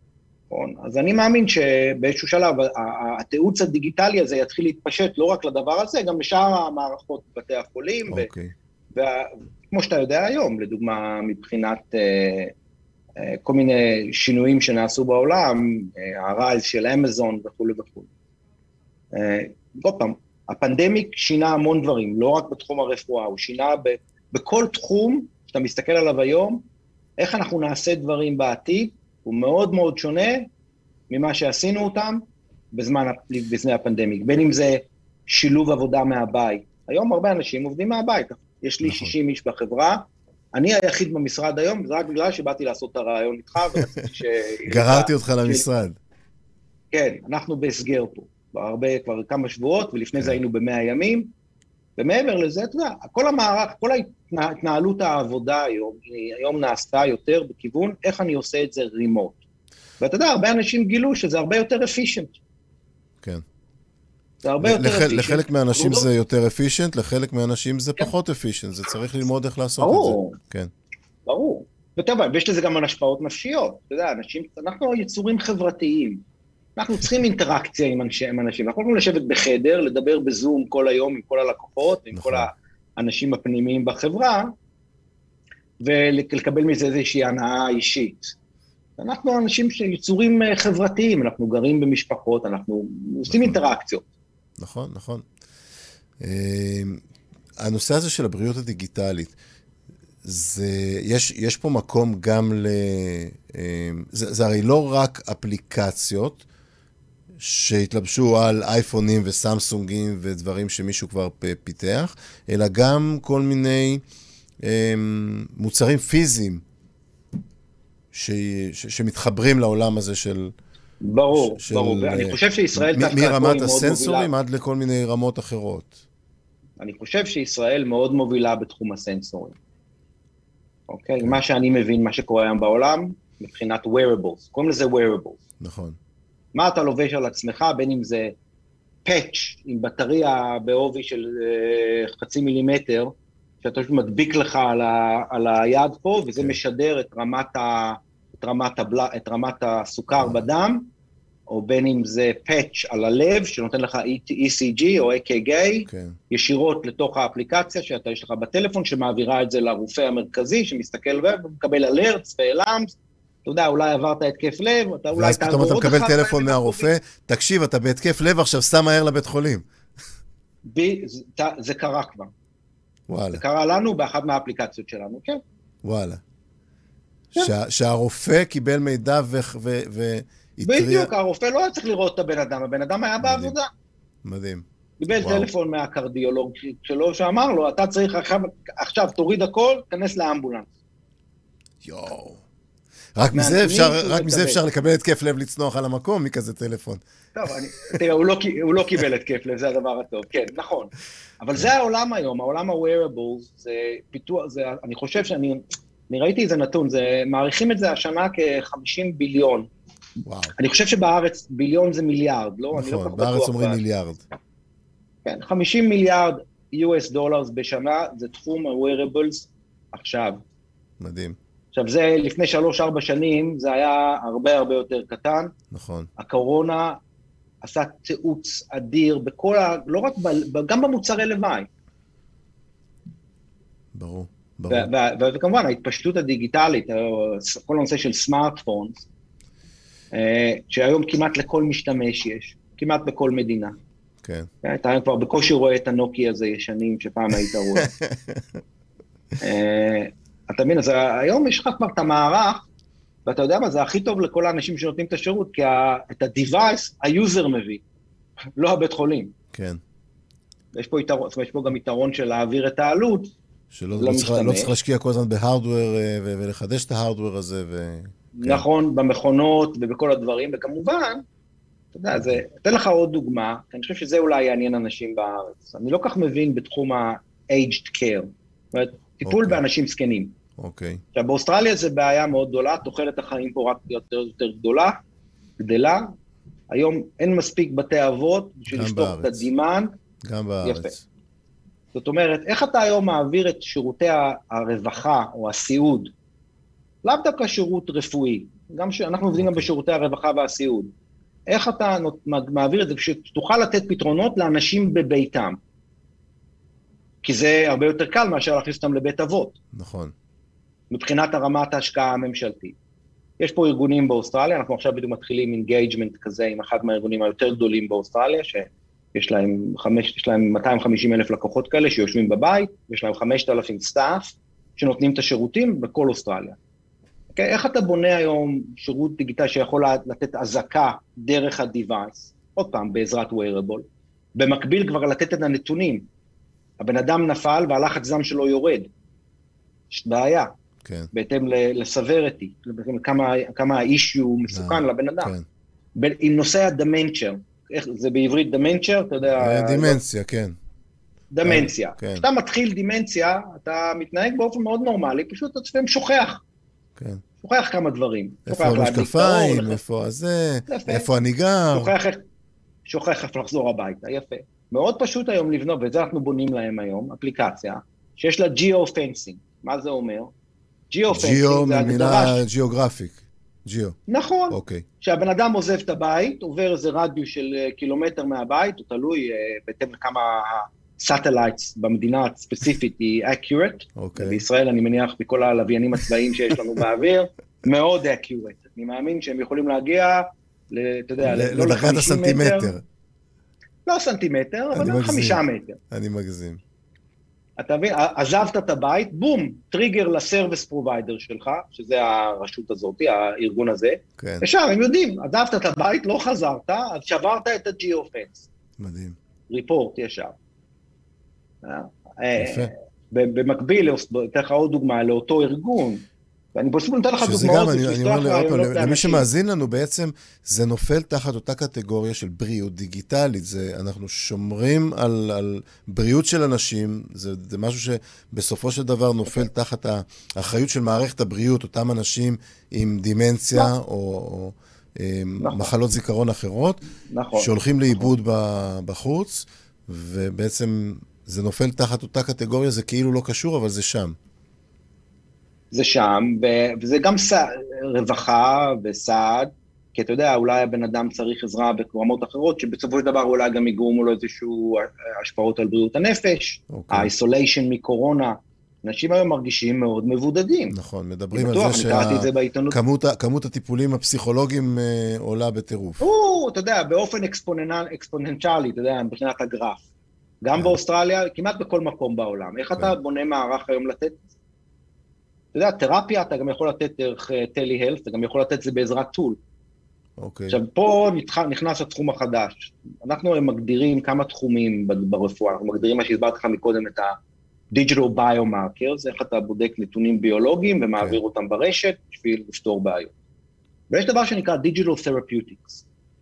אז אני מאמין שבאיזשהו שלב התיעוץ הדיגיטלי הזה יתחיל להתפשט לא רק לדבר הזה, גם לשאר המערכות בבתי החולים, וכמו שאתה יודע היום, לדוגמה מבחינת כל מיני שינויים שנעשו בעולם, הרייז של אמזון וכו' וכו'. עוד פעם, הפנדמיק שינה המון דברים, לא רק בתחום הרפואה, הוא שינה בכל תחום שאתה מסתכל עליו היום, איך אנחנו נעשה דברים בעתיד, הוא מאוד מאוד שונה ממה שעשינו אותם בזמן הפנדמיק, בין אם זה שילוב עבודה מהבית. היום הרבה אנשים עובדים מהבית, יש לי 60 איש בחברה, אני היחיד במשרד היום, זה רק בגלל שבאתי לעשות את הרעיון איתך, גררתי אותך למשרד. כן, אנחנו בהסגר פה, כבר כמה שבועות, ולפני זה היינו ב100 ימים, ומעבר לזה, אתה יודע, כל המערך, כל ההתנהלות העבודה היום נעשתה יותר בכיוון, איך אני עושה את זה רימוט. ואתה יודע, הרבה אנשים גילו שזה הרבה יותר אפישנט. כן. זה הרבה יותר אפישנט. לחלק מהאנשים זה יותר אפישנט, לחלק מהאנשים זה פחות אפישנט, זה צריך ללמוד איך לעשות את זה. כן. ברור. ויש לזה גם השפעות נפשיות. אתה יודע, אנחנו יצורים חברתיים. אנחנו צריכים אינטראקציה עם אנשים. אנחנו יכולים לשבת בחדר, לדבר בזום כל היום עם כל הלקוחות, עם כל האנשים הפנימיים בחברה, ולקבל מזה איזושהי הנאה אישית. אנחנו אנשים שיצורים חברתיים, אנחנו גרים במשפחות, אנחנו עושים אינטראקציות. נכון, נכון. הנושא הזה של הבריאות הדיגיטלית, יש פה מקום גם זה הרי לא רק אפליקציות שהתלבשו על אייפונים וסמסונגים ודברים שמישהו כבר פיתח, אלא גם כל מיני מוצרים פיזיים שמתחברים לעולם הזה של... ברור, ברור. אני חושב שישראל... מרמת הסנסורים עד לכל מיני רמות אחרות. אני חושב שישראל מאוד מובילה בתחום הסנסורים. אוקיי? מה שאני מבין, מה שקורה היום בעולם, מבחינת wearables. קוראים לזה wearables. נכון. מה אתה לובש על עצמך, בין אם זה פאץ' עם בטריה בעובי של 0.5 מילימטר, שאתה מדביק לך על היד פה, וזה משדר את רמת הסוכר בדם, או בין אם זה פאץ' על הלב, שנותן לך ECG או AKG, ישירות לתוך האפליקציה שיש לך בטלפון, שמעבירה את זה לרופא המרכזי, שמסתכל ומקבל אלרטס ואלאמס, אתה יודע, אולי עברת התקף לב, אתה אולי... ואז פתאום אתה מקבל טלפון מהרופא, תקשיב, אתה בהתקף לב עכשיו, סתם מהר לבית חולים. זה קרה כבר. וואלה. זה קרה לנו באחת מהאפליקציות שלנו, כן. וואלה. שהרופא קיבל מידע בדיוק, הרופא לא היה צריך לראות את הבן אדם היה בעבודה. מדהים. קיבל טלפון מהקרדיולוג שלו, שאמר לו, אתה צריך עכשיו תוריד הכל, כנס לאמבולנס. יואו. רק מזה אפשר לקבל התקף לב לצנוח על המקום מכזה טלפון. טוב, תראה, הוא לא קיבל התקף לב, זה הדבר הטוב, כן, נכון. אבל זה העולם היום, העולם ה-wearables, זה פיתוח, אני חושב שאני ראיתי איזה נתון, מעריכים את זה השנה כ-50 ביליון. וואו. אני חושב שבארץ ביליון זה מיליארד, לא? נכון, בארץ אומרים מיליארד. כן, 50 מיליארד US דולרס בשנה, זה תחום ה-wearables עכשיו. מדהים. עכשיו זה לפני 3-4 שנים, זה היה הרבה הרבה יותר קטן. נכון. הקורונה עשה תאוץ אדיר בכל לא רק, גם במוצרי לוואי. ברור. וכמובן, ההתפשטות הדיגיטלית, כל הנושא של סמארטפונס, שהיום כמעט לכל משתמש יש, כמעט בכל מדינה. כן. אתה כבר בקושי רואה את הנוקי הזה ישנים שפעם היית רואה. אתה מבין, אז היום יש לך כבר את המערך, ואתה יודע מה, זה הכי טוב לכל האנשים שנותנים את השירות, כי את ה-device, היוזר מביא, לא הבית חולים. כן. יש פה גם יתרון של להעביר את העלות, שלא צריך להשקיע כל הזמן בהארדוור, ולחדש את ההארדוור הזה. נכון, במכונות ובכל הדברים, וכמובן, אתה יודע, אתן לך עוד דוגמה, אני חושב שזה אולי יעניין אנשים בארץ. אני לא כך מבין בתחום ה-aged care, זאת אומרת, טיפול באנשים זקנים. אוקיי. עכשיו, באוסטרליה זה בעיה מאוד גדולה, תוחלת החיים פה רק יותר גדלה. היום אין מספיק בתי אבות בשביל לפתוח את הדימן. גם בארץ. יפה. זאת אומרת, איך אתה היום מעביר את שירותי הרווחה או הסיעוד, לאו דווקא שירות רפואי, אנחנו עובדים גם בשירותי הרווחה והסיעוד. איך אתה מעביר את זה, שתוכל לתת פתרונות לאנשים בביתם? כי זה הרבה יותר קל מאשר להכניס אותם לבית אבות. נכון. מבחינת הרמת ההשקעה הממשלתית. יש פה ארגונים באוסטרליה, אנחנו עכשיו בדיוק מתחילים אינגייג'מנט כזה עם אחד מהארגונים היותר גדולים באוסטרליה, שיש להם 250,000 לקוחות כאלה שיושבים בבית, יש להם 5,000 סטאפ שנותנים את השירותים בכל אוסטרליה. Okay, איך אתה בונה היום שירות דיגיטלי שיכול לתת הזקה דרך ה-Device, עוד פעם בעזרת wearable, במקביל כבר לתת את הנתונים, הבן אדם נפל והלחץ דם שלו יורד, יש בעיה, כן. בהתאם לסוורטי, כמה האישיו מסוכן לבן אדם. כן. עם נושא הדמנצ'ר, זה בעברית דמנצ'ר, אתה יודע... דימנציה, כן. דמנציה. כשאתה מתחיל דימנציה, אתה מתנהג באופן מאוד נורמלי, פשוט אתה לפעמים שוכח. כן. שוכח כמה דברים. איפה המשקפיים, איפה הזה, איפה אני גר. שוכח איך לחזור הביתה, יפה. מאוד פשוט היום לבנות, ואת זה אנחנו בונים להם היום, אפליקציה, שיש לה Geo-Fencing. מה זה אומר? Geo ממילה גיאוגרפיק. Geo. נכון. אוקיי. שהבן אדם עוזב את הבית, עובר איזה רדיוס של קילומטר מהבית, הוא תלוי בהתאם לכמה סאטלייטס במדינה הספציפית היא accurate. אוקיי. בישראל אני מניח בכל הלוויינים הצבאיים שיש לנו באוויר, מאוד accurate. אני מאמין שהם יכולים להגיע, אתה יודע, לא לדרגת הסנטימטר. לא סנטימטר, אבל 5 מטר. אני מגזים. אתה מבין, עזבת את הבית, בום, טריגר לסרוויס פרוביידר שלך, שזה הרשות הזאת, הארגון הזה, כן. ישר, הם יודעים, עזבת את הבית, לא חזרת, אז שברת את הג'יאופנס. מדהים. ריפורט ישר. יפה. במקביל, אתן לך עוד דוגמה, לאותו ארגון, ואני פשוט נותן לך דוגמאות. אני אומר למי שמאזין לנו בעצם, זה נופל תחת אותה קטגוריה של בריאות דיגיטלית, אנחנו שומרים על בריאות של אנשים, זה משהו שבסופו של דבר נופל תחת האחריות של מערכת הבריאות, אותם אנשים עם דימנציה או מחלות זיכרון אחרות, שהולכים לאיבוד בחוץ, ובעצם זה נופל תחת אותה קטגוריה, זה כאילו לא קשור, אבל זה שם. זה שם, וזה גם רווחה וסעד, כי אתה יודע, אולי הבן אדם צריך עזרה ברמות אחרות, שבסופו של דבר אולי גם יגרמו לו איזשהו השפעות על בריאות הנפש, האיסוליישן מקורונה, אנשים היום מרגישים מאוד מבודדים. נכון, מדברים על זה שכמות הטיפולים הפסיכולוגיים עולה בטירוף. אתה יודע, באופן אקספוננציאלי, אתה יודע, מבחינת הגרף. גם באוסטרליה, כמעט בכל מקום בעולם. איך אתה בונה מערך היום לתת? אתה יודע, תרפיה אתה גם יכול לתת דרך טלי-הלף, אתה גם יכול לתת זה בעזרת טול. אוקיי. עכשיו, פה נכנס התחום החדש. אנחנו מגדירים כמה תחומים ברפואה, אנחנו מגדירים מה שהסברתי לך מקודם, את ה-Digital Biomarkers, איך אתה בודק נתונים ביולוגיים ומעביר אותם ברשת, בשביל לפתור בעיות. ויש דבר שנקרא Digital Therapeutics.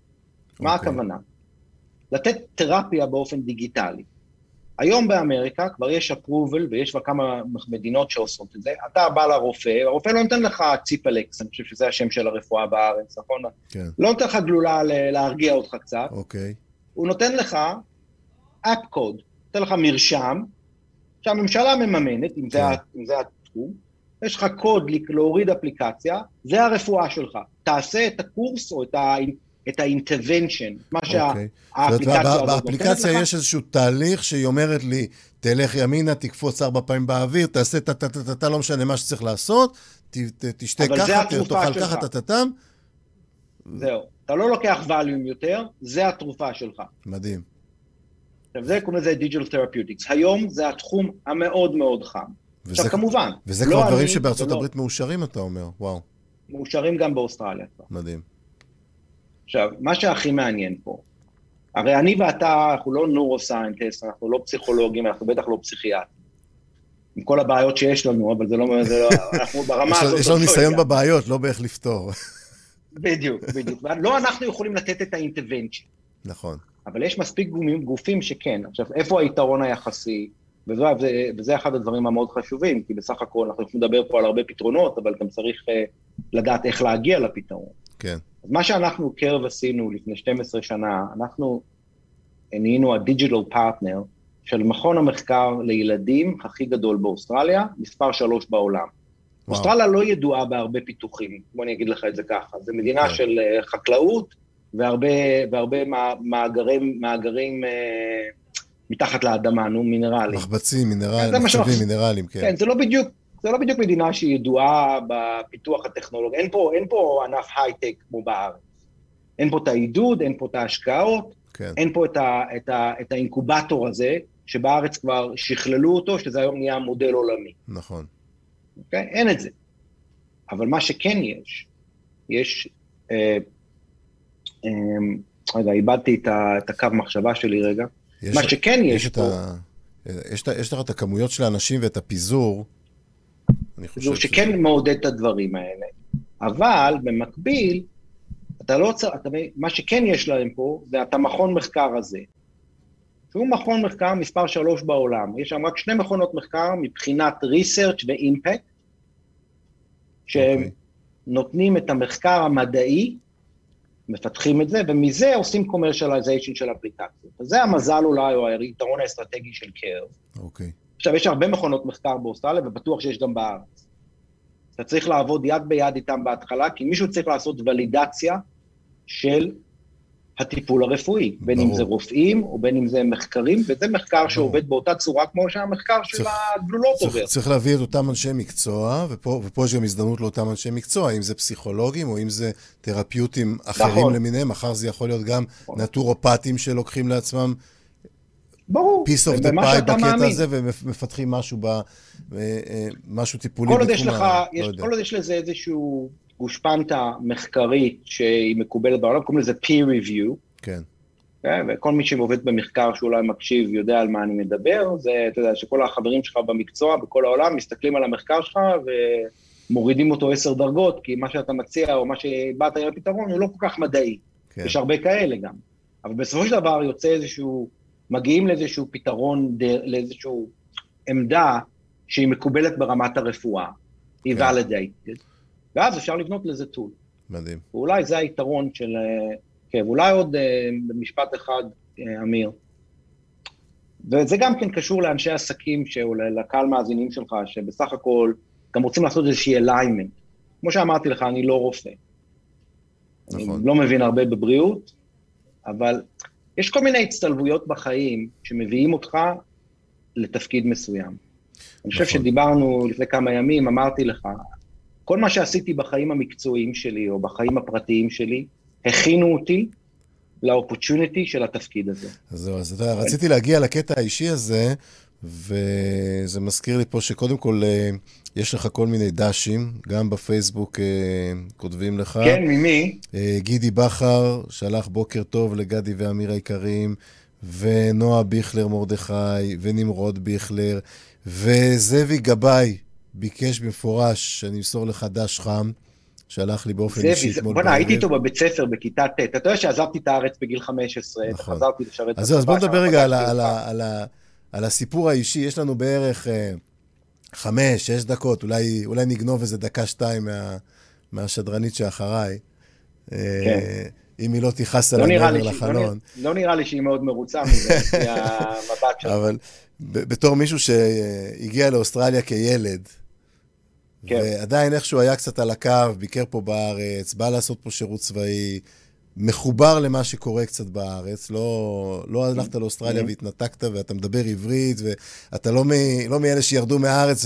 מה הכוונה? לתת תרפיה באופן דיגיטלי. היום באמריקה כבר יש approval, ויש כבר כמה מדינות שעושות את זה, אתה בא לרופא, הרופא לא נותן לך ציפלקס, אני חושב שזה השם של הרפואה בארץ, נכון? כן. לא נותן לך גלולה להרגיע אותך קצת, אוקיי. הוא נותן לך אפ קוד, נותן לך מרשם, שהממשלה מממנת, אם זה התחום, יש לך קוד להוריד אפליקציה, זה הרפואה שלך, תעשה את הקורס או את ה-intervention, מה שהאפליקציה הזאת. באפליקציה יש איזשהו תהליך שהיא אומרת לי, תלך ימינה, תקפוץ 4 פעמים באוויר, תעשה אתה לא משנה מה שצריך לעשות, תשתה ככה, תאכל ככה, תתם. זהו, אתה לא לוקח ווליום יותר, זה התרופה שלך. מדהים. עכשיו זה קוראים לזה Digital Therapeutics, היום זה התחום המאוד מאוד חם. עכשיו כמובן. וזה כבר דברים שבארצות הברית מאושרים, אתה אומר, וואו. מאושרים גם באוסטרליה. מדהים. עכשיו, מה שהכי מעניין פה, הרי אני ואתה, אנחנו לא נורוסיינטיסט, אנחנו לא פסיכולוגים, אנחנו בטח לא פסיכיאטרים. עם כל הבעיות שיש לנו, אבל זה לא, אנחנו ברמה הזאת... יש לנו ניסיון בבעיות, לא באיך לפתור. בדיוק. לא אנחנו יכולים לתת את האינטרוונצ'ן. נכון. אבל יש מספיק גופים שכן. עכשיו, איפה היתרון היחסי? וזה אחד הדברים המאוד חשובים, כי בסך הכל אנחנו יכולים לדבר פה על הרבה פתרונות, אבל גם צריך לדעת איך להגיע לפתרון. כן. אז מה שאנחנו קרב עשינו לפני 12 שנה, אנחנו נהיינו הדיג'יטל פרטנר של מכון המחקר לילדים הכי גדול באוסטרליה, מספר 3 בעולם. אוסטרליה לא ידועה בהרבה פיתוחים, בוא אני אגיד לך את זה ככה, זה מדינה של חקלאות, והרבה מאגרים מתחת לאדמה, מינרלים. מחבצים, מחצבים מינרלים, כן. כן, זה לא בדיוק מדינה שהיא ידועה בפיתוח הטכנולוגי, אין פה ענף הייטק כמו בארץ. אין פה את העידוד, אין פה את ההשקעות, אין פה את האינקובטור הזה, שבארץ כבר שכללו אותו, שזה היום נהיה מודל עולמי. נכון. אין את זה. אבל מה שכן יש, רגע, איבדתי את הקו מחשבה שלי רגע, מה שכן יש פה... יש לך את הכמויות של האנשים ואת הפיזור, אני חושב שכן מעודד את הדברים האלה, אבל במקביל, מה שכן יש להם פה, זה את המכון מחקר הזה, שהוא מכון מחקר מספר 3 בעולם, יש שם רק 2 מכונות מחקר מבחינת research ו-impact, שהם נותנים את המחקר המדעי, מפתחים את זה, ומזה עושים commercialization של אפליקציות. אז זה המזל אולי, או היתרון האסטרטגי של קרב. אוקיי. עכשיו, יש הרבה מכונות מחקר באוסטרליה, ובטוח שיש גם בארץ. אתה צריך לעבוד יד ביד איתם בהתחלה, כי מישהו צריך לעשות ולידציה של הטיפול הרפואי, בין אם זה רופאים, או בין אם זה מחקרים, וזה מחקר שעובד באותה צורה, כמו שהמחקר של הגלולות עובר. צריך להביא את אותם אנשי מקצוע, ופה יש גם הזדמנות לאותם אנשי מקצוע, אם זה פסיכולוגים, או אם זה תרפיוטים אחרים למיניהם, מחר זה יכול להיות גם נטורופטים שלוקחים לעצמם, ברור, piece of the pie בקטע הזה, ומפתחים משהו טיפולי בתחום כל עוד יש לזה איזשהו גושפנטה מחקרית שהיא מקובלת בעולם, קוראים לזה peer review. כן. וכל מי שעובד במחקר שאולי מקשיב יודע על מה אני מדבר, זה, אתה יודע, שכל החברים שלך במקצוע, בכל העולם, מסתכלים על המחקר שלך ומורידים אותו 10 דרגות, כי מה שאתה מציע או מה שבאת עם הפתרון הוא לא כל כך מדעי. כן. יש הרבה כאלה גם. אבל בסופו של דבר יוצא מגיעים לאיזשהו פתרון, לאיזשהו עמדה שהיא מקובלת ברמת הרפואה. היא validated. ואז אפשר לבנות לזה טול. מדהים. ואולי זה היתרון של... כן, ואולי עוד במשפט אחד, אמיר. וזה גם כן קשור לאנשי עסקים, שאולי לקהל מאזינים שלך, שבסך הכל גם רוצים לעשות איזושהי alignment. כמו שאמרתי לך, אני לא רופא. נכון. אני לא מבין הרבה בבריאות, אבל יש כל מיני הצטלבויות בחיים שמביאים אותך לתפקיד מסוים. אני חושב שדיברנו לפני כמה ימים, אמרתי לך, כל מה שעשיתי בחיים המקצועיים שלי, או בחיים הפרטיים שלי, הכינו אותי לאופורטוניטי של התפקיד הזה. אז רציתי להגיע לקטע האישי הזה, וזה מזכיר לי פה שקודם כל יש לך כל מיני דשים, גם בפייסבוק כותבים לך. כן, ממי? גידי בחר, שלח בוקר טוב לגדי ואמיר היקרים, ונועה ביכלר מרדכי, ונמרוד ביכלר, וזאבי גבאי ביקש במפורש שאני אמסור לך דש חם, שלח לי באופן אישי אתמול בערב. הייתי איתו בבית ספר בכיתה ט', אתה יודע שעזבתי את הארץ בגיל 15, וחזרתי לשרת... אז בוא נדבר רגע על הסיפור האישי, יש לנו בערך 5-6 דקות, אולי נגנוב איזה 1-2 מהשדרנית שאחריי, אם היא לא תיחס על הנעבר לחלון. לא נראה לי שהיא מאוד מרוצה מזה, לפי המבט שלה. אבל בתור מישהו שהגיע לאוסטרליה כילד, ועדיין איכשהו היה קצת על הקו, ביקר פה בארץ, בא לעשות פה שירות צבאי, מחובר למה שקורה קצת בארץ, לא הלכת לאוסטרליה והתנתקת, ואתה מדבר עברית, ואתה לא מאלה שירדו מהארץ,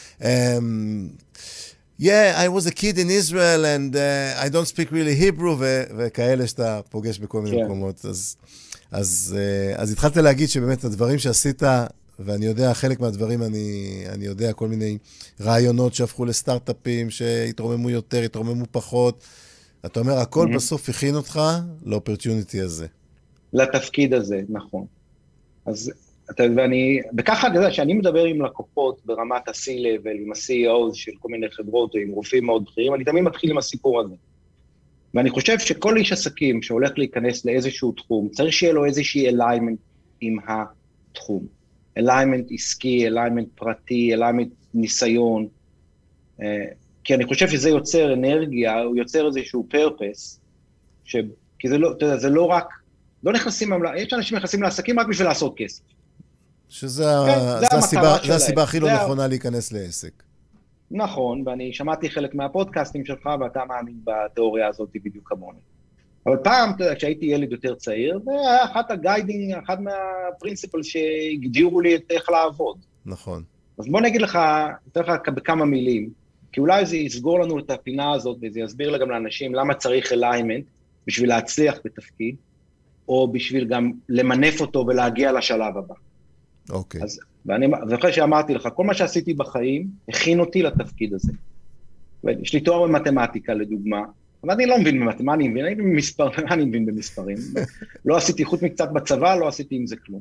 yeah, I was a kid in Israel, and I don't speak really Hebrew, וכאלה שאתה פוגש בכל מיני מקומות. אז התחלת להגיד שבאמת הדברים שעשית, ואני יודע, חלק מהדברים אני יודע, כל מיני רעיונות שהפכו לסטארט-אפים, שהתרוממו יותר, התרוממו פחות. אתה אומר, הכל בסוף הכין אותך לאופורטוניטי הזה. לתפקיד הזה, נכון. אז ואני, בככה, אתה יודע, שאני מדבר עם לקוחות ברמת ה-C-Level, עם ה-CEOs של כל מיני חברות, או עם רופאים מאוד בכירים, אני תמיד מתחיל עם הסיפור הזה. ואני חושב שכל איש עסקים שהולך להיכנס לאיזשהו תחום, צריך שיהיה לו איזושהי alignment עם התחום. alignment עסקי, alignment פרטי, alignment ניסיון. כי אני חושב שזה יוצר אנרגיה, הוא יוצר איזשהו purpose, כי זה לא, אתה יודע, זה לא רק, לא נכנסים, יש אנשים נכנסים לעסקים רק בשביל לעשות כסף. שזה הסיבה הכי לא נכונה להיכנס לעסק. נכון, ואני שמעתי חלק מהפודקאסטים שלך, ואתה מאמין בתיאוריה הזאת בדיוק כמוני. אבל פעם, אתה יודע, כשהייתי ילד יותר צעיר, זה היה אחד מהפרינסיפל שהגדירו לי את איך לעבוד. נכון. אז בוא נגיד לך, אתן לך בכמה מילים, כי אולי זה יסגור לנו את הפינה הזאת, וזה יסביר גם לאנשים למה צריך alignment, בשביל להצליח בתפקיד, או בשביל גם למנף אותו ולהגיע לשלב הבא. אוקיי. אז, ואחרי שאמרתי לך, כל מה שעשיתי בחיים, הכין אותי לתפקיד הזה. יש לי תואר במתמטיקה, לדוגמה, אבל אני לא מבין במתמטיקה, אני מבין במספרים. לא עשיתי חוץ מקצת בצבא, לא עשיתי עם זה כלום.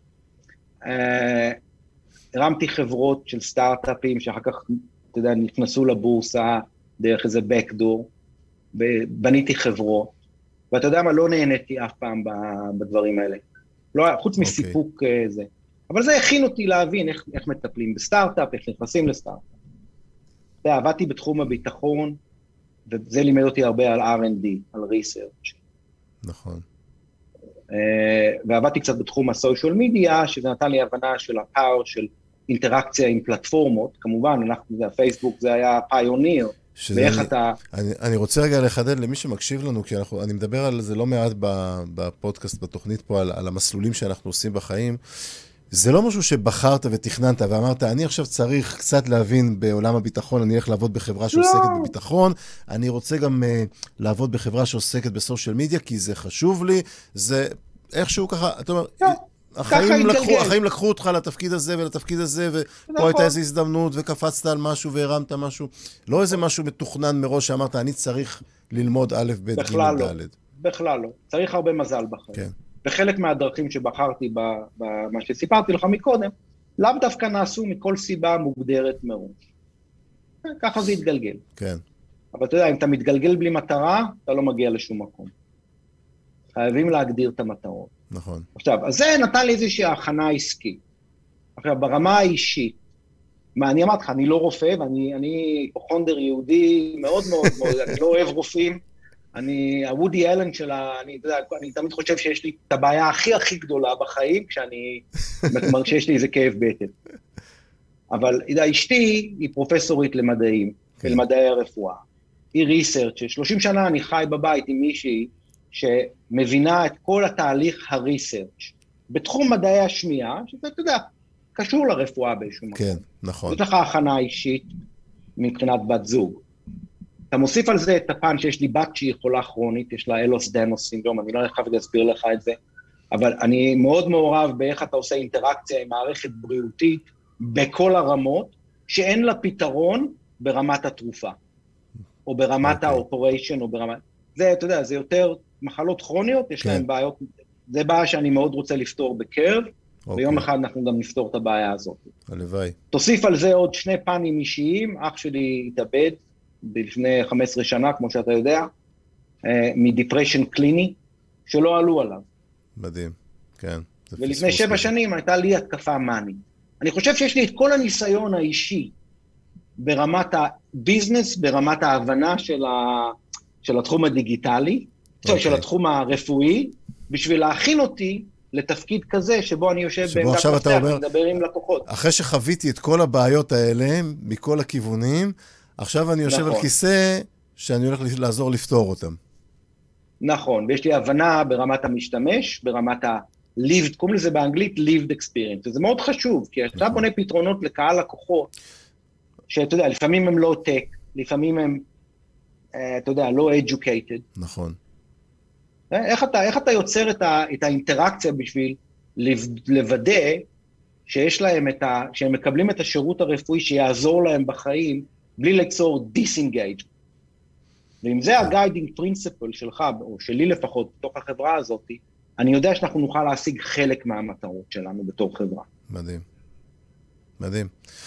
הרמתי חברות של סטארט-אפים, שאחר כך, אתה יודע, נכנסו לבורסה, דרך איזה backdoor, בניתי חברות, ואתה יודע מה, לא נהניתי אף פעם בדברים האלה. לא, חוץ מסיפוק זה. אבל זה הכין אותי להבין איך מטפלים בסטארט-אפ, איך נכנסים לסטארט-אפ. עבדתי בתחום הביטחון, וזה לימד אותי הרבה על R&D, על research. נכון. ועבדתי קצת בתחום הסושיאל מדיה, שזה נתן לי הבנה של הפאור של אינטראקציה עם פלטפורמות, כמובן, הפייסבוק זה היה פיוניר, ואיך אתה... אני רוצה רגע לחדד למי שמקשיב לנו, כי אני מדבר על זה לא מעט בפודקאסט, בתוכנית פה, על המסלולים שאנחנו עושים בחיים. זה לא משהו שבחרת ותכננת ואמרת, אני עכשיו צריך קצת להבין בעולם הביטחון, אני אלך לעבוד בחברה שעוסקת בביטחון, אני רוצה גם לעבוד בחברה שעוסקת בסושיאל מדיה, כי זה חשוב לי, זה איכשהו ככה, אתה אומר, החיים לקחו אותך לתפקיד הזה ולתפקיד הזה, ופה הייתה איזו הזדמנות, וקפצת על משהו והרמת משהו, לא איזה משהו מתוכנן מראש שאמרת, אני צריך ללמוד א', ב', ג', ד'. בכלל לא, צריך הרבה מזל בחיים. כן. וחלק מהדרכים שבחרתי במה שסיפרתי לך מקודם, לאו דווקא נעשו מכל סיבה מוגדרת מראש. ככה זה יתגלגל. כן. אבל אתה יודע, אם אתה מתגלגל בלי מטרה, אתה לא מגיע לשום מקום. חייבים להגדיר את המטרות. נכון. עכשיו, אז זה נתן לי איזושהי הכנה עסקית. עכשיו, ברמה האישית, אני אמרתי לך, אני לא רופא, ואני פוכונדר יהודי מאוד מאוד מאוד, אני לא אוהב רופאים, הוודי אלן אני תמיד חושב שיש לי את הבעיה הכי גדולה בחיים, כשיש לי איזה כאב בטן. אבל אשתי היא פרופסורית למדעים, למדעי הרפואה. היא ריסרצ' ש30 שנה אני חי בבית עם מישהי, שמבינה את כל התהליך הריסרצ' בתחום מדעי השמיעה, שזה, אתה יודע, קשור לרפואה באיזשהו מקום. כן, נכון. זאת לך הכנה אישית מבחינת בת זוג. אתה מוסיף על זה את הפן שיש לי בת שהיא חולה כרונית, יש לה אלוס דנוס סינדרום, אני לא יכול להסביר לך את זה, אבל אני מאוד מעורב באיך אתה עושה אינטראקציה עם מערכת בריאותית בכל הרמות, שאין לה פתרון ברמת התרופה, או ברמת האופריישן, או ברמת... זה, אתה יודע, זה יותר מחלות כרוניות, יש להם בעיות, זה בעיה שאני מאוד רוצה לפתור בקרב, ויום אחד אנחנו גם נפתור את הבעיה הזאת. הלוואי. תוסיף על זה עוד שני פנים אישיים, אח שלי התאבד, לפני 15 שנה, כמו שאתה יודע, מדיפרשן קליני, שלא עלו עליו. מדהים, כן. ולפני 7 שנים הייתה לי התקפה מאנית. אני חושב שיש לי את כל הניסיון האישי, ברמת הביזנס, ברמת ההבנה של התחום הדיגיטלי, של התחום הרפואי, בשביל להכין אותי לתפקיד כזה, שבו אני יושב בעמדת מפתח ומדבר עם לקוחות. אחרי שחוויתי את כל הבעיות האלה, מכל הכיוונים, עכשיו אני יושב על כיסא שאני הולך לעזור לפתור אותם. נכון, ויש לי הבנה ברמת המשתמש, ברמת ה-lived, קוראים לזה באנגלית lived experience, וזה מאוד חשוב, כי אתה בונה פתרונות לקהל לקוחות, שאתה יודע, לפעמים הם לא טק, לפעמים הם, אתה יודע, לא educated. נכון. איך אתה יוצר את האינטראקציה בשביל לוודא שיש להם שהם מקבלים את השירות הרפואי שיעזור להם בחיים, בלי ליצור disengage. ואם זה ה-guiding principle שלך, או שלי לפחות, בתוך החברה הזאת, אני יודע שאנחנו נוכל להשיג חלק מהמטרות שלנו בתור חברה. מדהים. מדהים.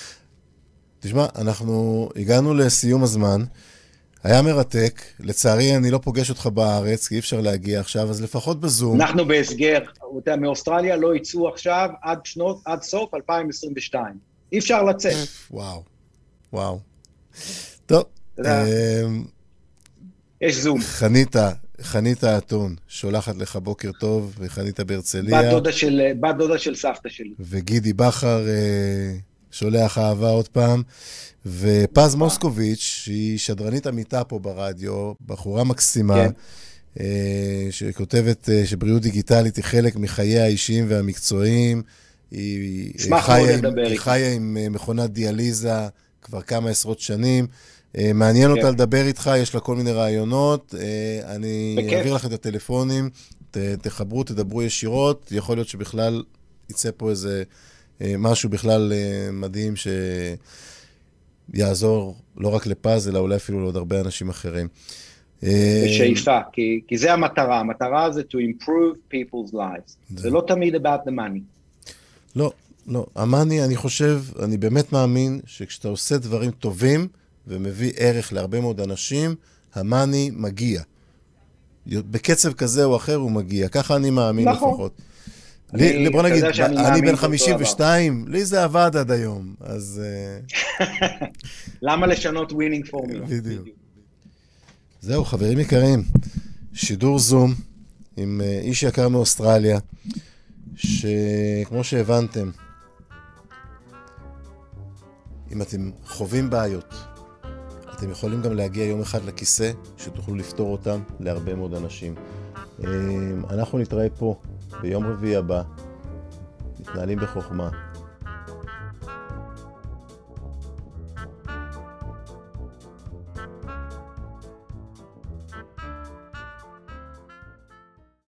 תשמע, אנחנו הגענו לסיום הזמן, היה מרתק, לצערי אני לא פוגש אותך בארץ, כי אי אפשר להגיע עכשיו, אז לפחות בזום. אנחנו בהסגר, מאוסטרליה לא יצאו עכשיו עד סוף 2022. אי אפשר לצאת. וואו. טוב. יש זום. חניתה אתון, שולחת לך בוקר טוב, וחניתה בהרצליה. בת דודה של סבתא שלי. וגידי בחר שולח אהבה עוד פעם. ופז מוסקוביץ', שהיא שדרנית עמיתה פה ברדיו, בחורה מקסימה, שכותבת שבריאות דיגיטלית היא חלק מחיי האישיים והמקצועיים. היא חיה עם מכונת דיאליזה כבר כמה עשרות שנים. מעניין אותה לדבר איתך, יש לה כל מיני רעיונות. אני אעביר לכם את הטלפונים, תחברו, תדברו ישירות. יכול להיות שבכלל יצא פה איזה משהו בכלל מדהים שיעזור לא רק לפז, אלא אולי אפילו לעוד הרבה אנשים אחרים. בשאיפה, כי זה המטרה. המטרה זה to improve people's lives. זה לא תמיד about the money. לא. המאני, אני חושב, אני באמת מאמין שכשאתה עושה דברים טובים ומביא ערך להרבה מאוד אנשים, המאני מגיע. בקצב כזה או אחר הוא מגיע. ככה אני מאמין לפחות. בוא נגיד, אני בן 52, לי זה עבד עד היום, אז... למה לשנות ווינינג פורמולה? בדיוק. זהו, חברים יקרים, שידור זום עם איש יקר מאוסטרליה, שכמו שהבנתם, אם אתם חווים בעיות, אתם יכולים גם להגיע יום אחד לכיסא, שתוכלו לפתור אותם להרבה מאוד אנשים. אנחנו נתראה פה ביום רביעי הבא, מתנהלים בחוכמה.